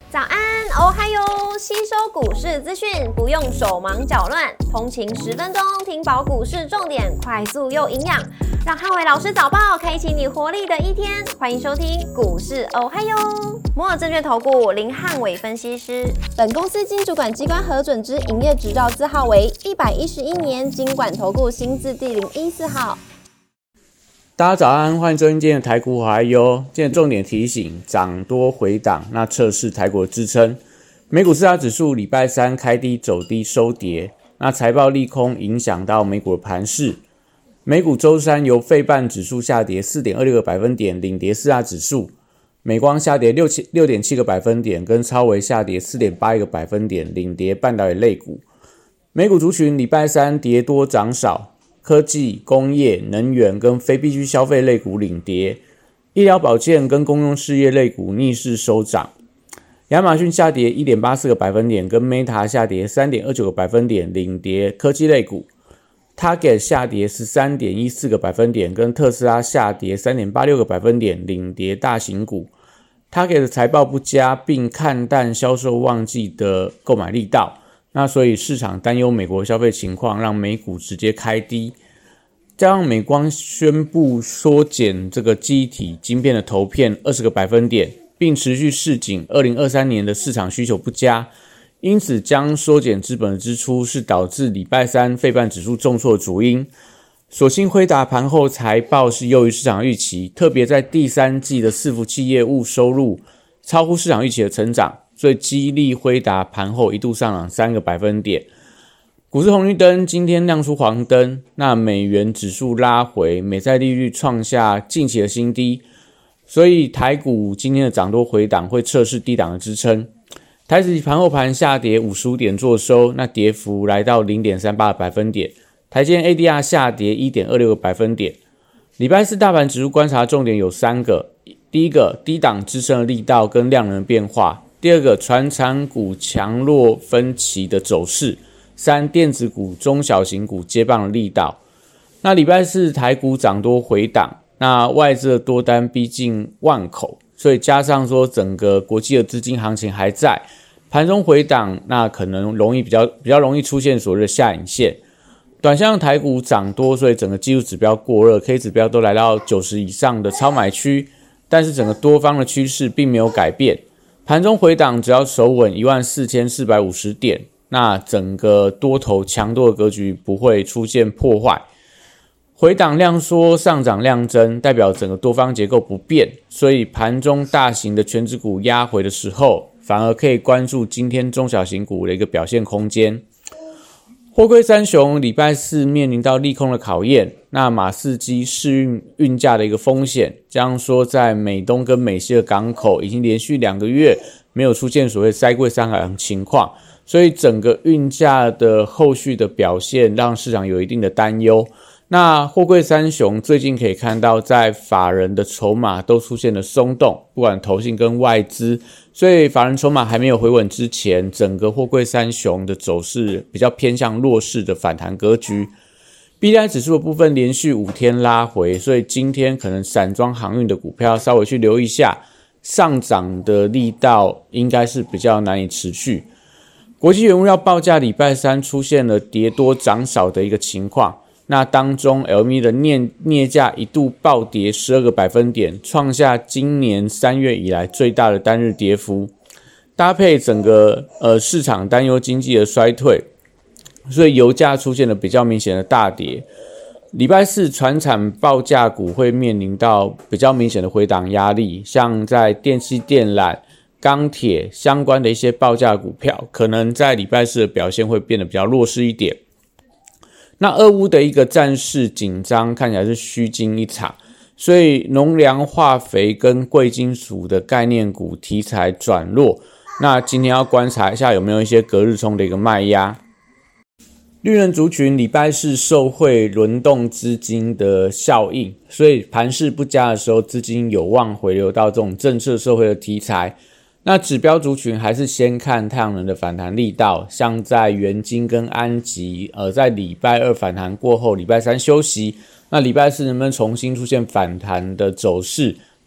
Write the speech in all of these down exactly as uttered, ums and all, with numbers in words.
早安，哦嗨哟！吸收股市资讯不用手忙脚乱，通勤十分钟听饱股市重点，快速又营养，让汉伟老师早报开启你活力的一天。欢迎收听股市哦嗨哟！摩尔证券投顾林汉伟分析师，本公司经主管机关核准之营业执照字号为一百一十一年金管投顾新字第零一四号。 大家早安，欢迎收听今天的台股好哟。今天重点提醒：涨多回档，那测试台股的支撑。美股四大指数礼拜三开低走低收跌，那财报利空影响到美股的盘势。美股周三由费半指数下跌 四点二六 个百分点领跌四大指数，美光下跌 六点七 个百分点，跟超微下跌 四点八一 个百分点领跌半导体类股。美股族群礼拜三跌多涨少。科技、工业、能源跟非必需消费类股领跌，医疗保健跟公用事业类股逆势收涨。亚马逊下跌 一点八四 个百分点，跟 Meta 下跌 三点二九 个百分点领跌科技类股。Target 下跌 十三点一四 个百分点，跟特斯拉下跌 三点八六 个百分点领跌大型股。Target 的财报不佳，并看淡销售旺季的购买力道。那所以市场担忧美国消费情况，让美股直接开低，加上美光宣布缩减这个记忆体晶片的投片二十个百分点，并持续示警二零二三年的市场需求不佳，因此将缩减资本的支出是导致礼拜三费半指数重挫的主因。所幸辉达盘后财报是优于市场预期，特别在第三季的伺服器业务收入超乎市场预期的成长，所以激励辉达盘后一度上涨三个百分点。股市红绿灯今天亮出黄灯，那美元指数拉回，美债利率创下近期的新低，所以台股今天的涨多回档会测试低档的支撑。台指盘后盘下跌五十五点做收，那跌幅来到 零点三八 个百分点。台积电 A D R 下跌 一点二六 个百分点。礼拜四大盘指数观察重点有三个：第一个，低档支撑的力道跟量能的变化；第二个，传产股强弱分歧的走势；三，电子股、中小型股接棒的力道。那礼拜四台股涨多回档，那外资的多单逼近万口，所以加上说整个国际的资金行情还在，盘中回档，那可能容易比较比较容易出现所谓的下影线。短线台股涨多，所以整个技术指标过热 ，K 指标都来到九十以上的超买区，但是整个多方的趋势并没有改变。盘中回档只要守稳 一万四千四百五十 点，那整个多头强多的格局不会出现破坏。回档量缩，上涨量增，代表整个多方结构不变，所以盘中大型的全指股压回的时候，反而可以关注今天中小型股的一个表现空间。货柜三雄礼拜四面临到利空的考验，那马士基试运运价的一个风险，这样说在美东跟美西的港口已经连续两个月没有出现所谓塞柜上海的情况，所以整个运价的后续的表现让市场有一定的担忧。那货柜三雄最近可以看到在法人的筹码都出现了松动，不管投信跟外资，所以法人筹码还没有回稳之前，整个货柜三雄的走势比较偏向弱势的反弹格局。B D I 指数的部分连续五天拉回，所以今天可能散装航运的股票稍微去留意一下，上涨的力道应该是比较难以持续。国际原物料报价礼拜三出现了跌多涨少的一个情况，那当中 L M E 的镍镍价一度暴跌十二个百分点，创下今年三月以来最大的单日跌幅。搭配整个呃市场担忧经济的衰退，所以油价出现了比较明显的大跌。礼拜四传产报价股会面临到比较明显的回档压力，像在电气电缆、钢铁相关的一些报价股票，可能在礼拜四的表现会变得比较弱势一点。那俄乌的一个战事紧张看起来是虚惊一场，所以农粮化肥跟贵金属的概念股题材转弱，那今天要观察一下有没有一些隔日冲的一个卖压。绿能族群礼拜四受惠轮动资金的效应，所以盘势不佳的时候，资金有望回流到这种政策受惠的题材。那指标族群还是先看太阳能的反弹力道，像在元晶跟安吉，呃，在礼拜二反弹过后，礼拜三休息，那礼拜四能不能重新出现反弹的走势，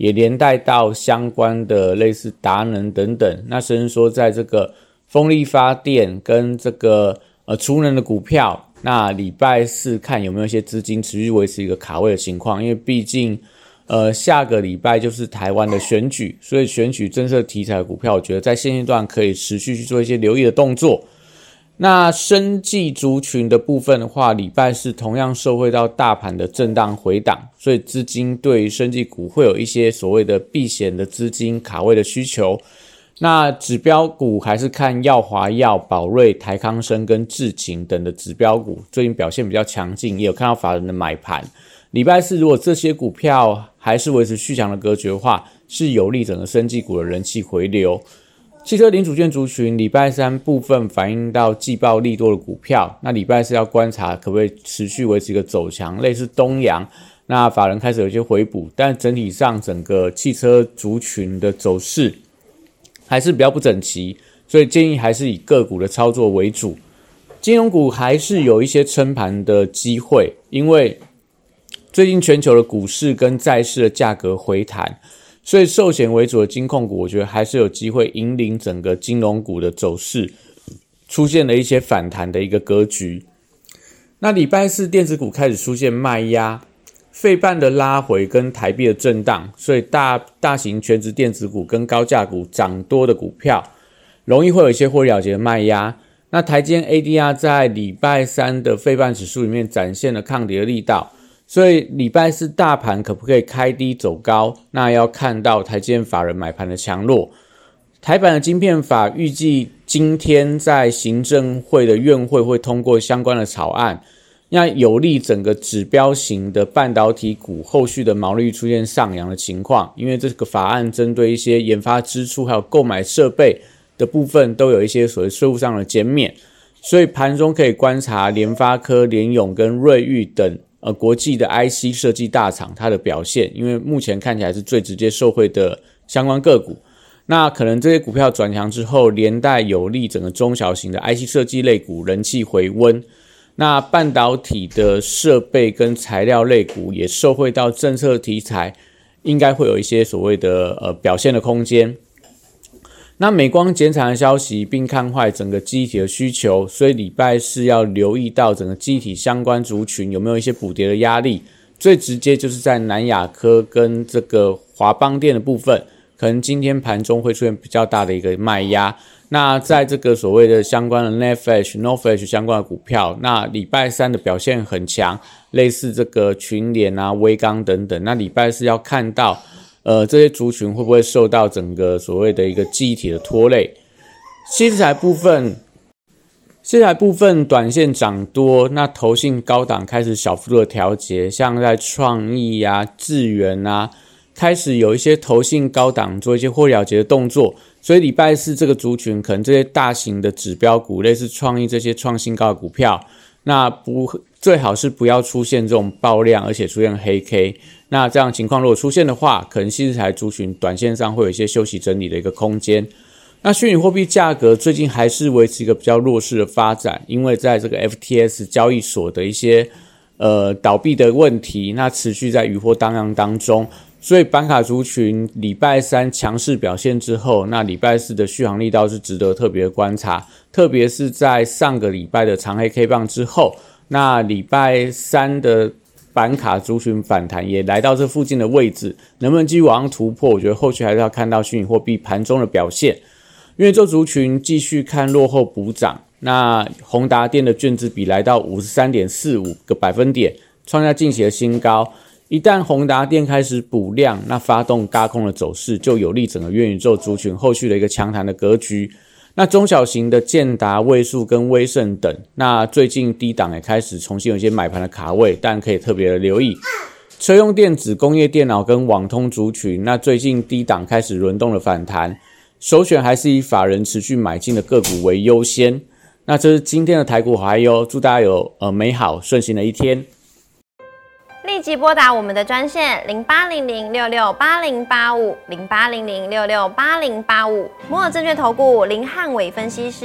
也连带到相关的类似达能等等，那甚至说在这个风力发电跟这个呃储能的股票，那礼拜四看有没有一些资金持续维持一个卡位的情况，因为毕竟呃下个礼拜就是台湾的选举，所以选举政策题材的股票，我觉得在现阶段可以持续去做一些留意的动作。那生技族群的部分的话，礼拜四同样受惠到大盘的震荡回档，所以资金对于生技股会有一些所谓的避险的资金卡位的需求。那指标股还是看耀华药、宝瑞、台康生跟智勤等的指标股，最近表现比较强劲，也有看到法人的买盘。礼拜四如果这些股票还是维持续强的格局的话，是有利整个生技股的人气回流。汽车零组件族群礼拜三部分反映到季报利多的股票，那礼拜四要观察可不可以持续维持一个走强，类似东阳，那法人开始有一些回补，但整体上整个汽车族群的走势还是比较不整齐，所以建议还是以个股的操作为主。金融股还是有一些撑盘的机会，因为最近全球的股市跟债市的价格回弹，所以寿险为主的金控股，我觉得还是有机会引领整个金融股的走势，出现了一些反弹的一个格局。那礼拜四电子股开始出现卖压，费半的拉回跟台币的震荡，所以大大型全职电子股跟高价股涨多的股票，容易会有一些获利了结的卖压。那台积电 A D R 在礼拜三的费半指数里面展现了抗跌的力道。所以礼拜四大盘可不可以开低走高，那要看到台积电法人买盘的强弱。台版的晶片法预计今天在行政会的院会会通过相关的草案，那有利整个指标型的半导体股后续的毛利率出现上扬的情况，因为这个法案针对一些研发支出还有购买设备的部分都有一些所谓税务上的减免，所以盘中可以观察联发科、联咏跟瑞昱等呃，国际的 I C 设计大厂它的表现，因为目前看起来是最直接受惠的相关个股。那可能这些股票转强之后，连带有利整个中小型的 I C 设计类股人气回温。那半导体的设备跟材料类股也受惠到政策题材，应该会有一些所谓的呃表现的空间。那美光减产的消息并看坏整个记忆体的需求，所以礼拜四要留意到整个记忆体相关族群有没有一些补跌的压力。最直接就是在南亚科跟这个华邦电的部分，可能今天盘中会出现比较大的一个卖压。那在这个所谓的相关的 N E T Flash、N O R Flash 相关的股票，那礼拜三的表现很强，类似这个群联啊、威刚等等。那礼拜四要看到呃，这些族群会不会受到整个所谓的一个记忆体的拖累？矽材部分，矽材部分短线涨多，那投信高档开始小幅度的调节，像在创意啊、智原啊，开始有一些投信高档做一些获利了结的动作，所以礼拜四这个族群可能这些大型的指标股，类似创意这些创新高的股票，那不最好是不要出现这种爆量，而且出现黑 K。那这样情况如果出现的话，可能矽材族群短线上会有一些休息整理的一个空间。那虚拟货币价格最近还是维持一个比较弱势的发展，因为在这个 F T S 交易所的一些呃倒闭的问题，那持续在渔获当量当中，所以板卡族群礼拜三强势表现之后，那礼拜四的续航力道是值得特别的观察，特别是在上个礼拜的长黑 K 棒之后，那礼拜三的板卡族群反弹也来到这附近的位置，能不能继续往上突破，我觉得后续还是要看到虚拟货币盘中的表现。因为这族群继续看落后补涨，那宏达电的券资比来到 五十三点四五 个百分点，创下近期的新高。一旦宏达电开始补量，那发动軋空的走势，就有利整个元宇宙族群后续的一个强弹的格局。那中小型的建达、位数跟威盛等，那最近低档也开始重新有一些买盘的卡位，但可以特别的留意。车用电子、工业电脑跟网通族群，那最近低档开始轮动的反弹，首选还是以法人持续买进的个股为优先。那这是今天的台股好哟，祝大家有呃美好顺心的一天。 立即拨打我们的专线零八零零六六八零八五零八零零六六八零八五摩尔证券投顾林汉伟分析师。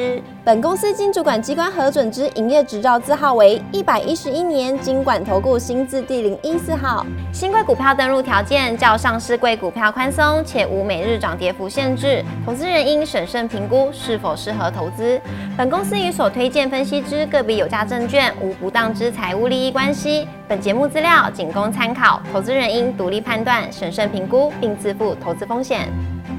本公司经主管机关核准之营业执照字号为一百一十一年金管投顾新字第零一四号。新贵股票登录条件较上市柜股票宽松，且无每日涨跌幅限制，投资人应审慎评估是否适合投资。本公司与所推荐分析之个别有价证券无不当之财务利益关系。本节目资料仅供参考，投资人应独立判断、审慎评估，并自负投资风险。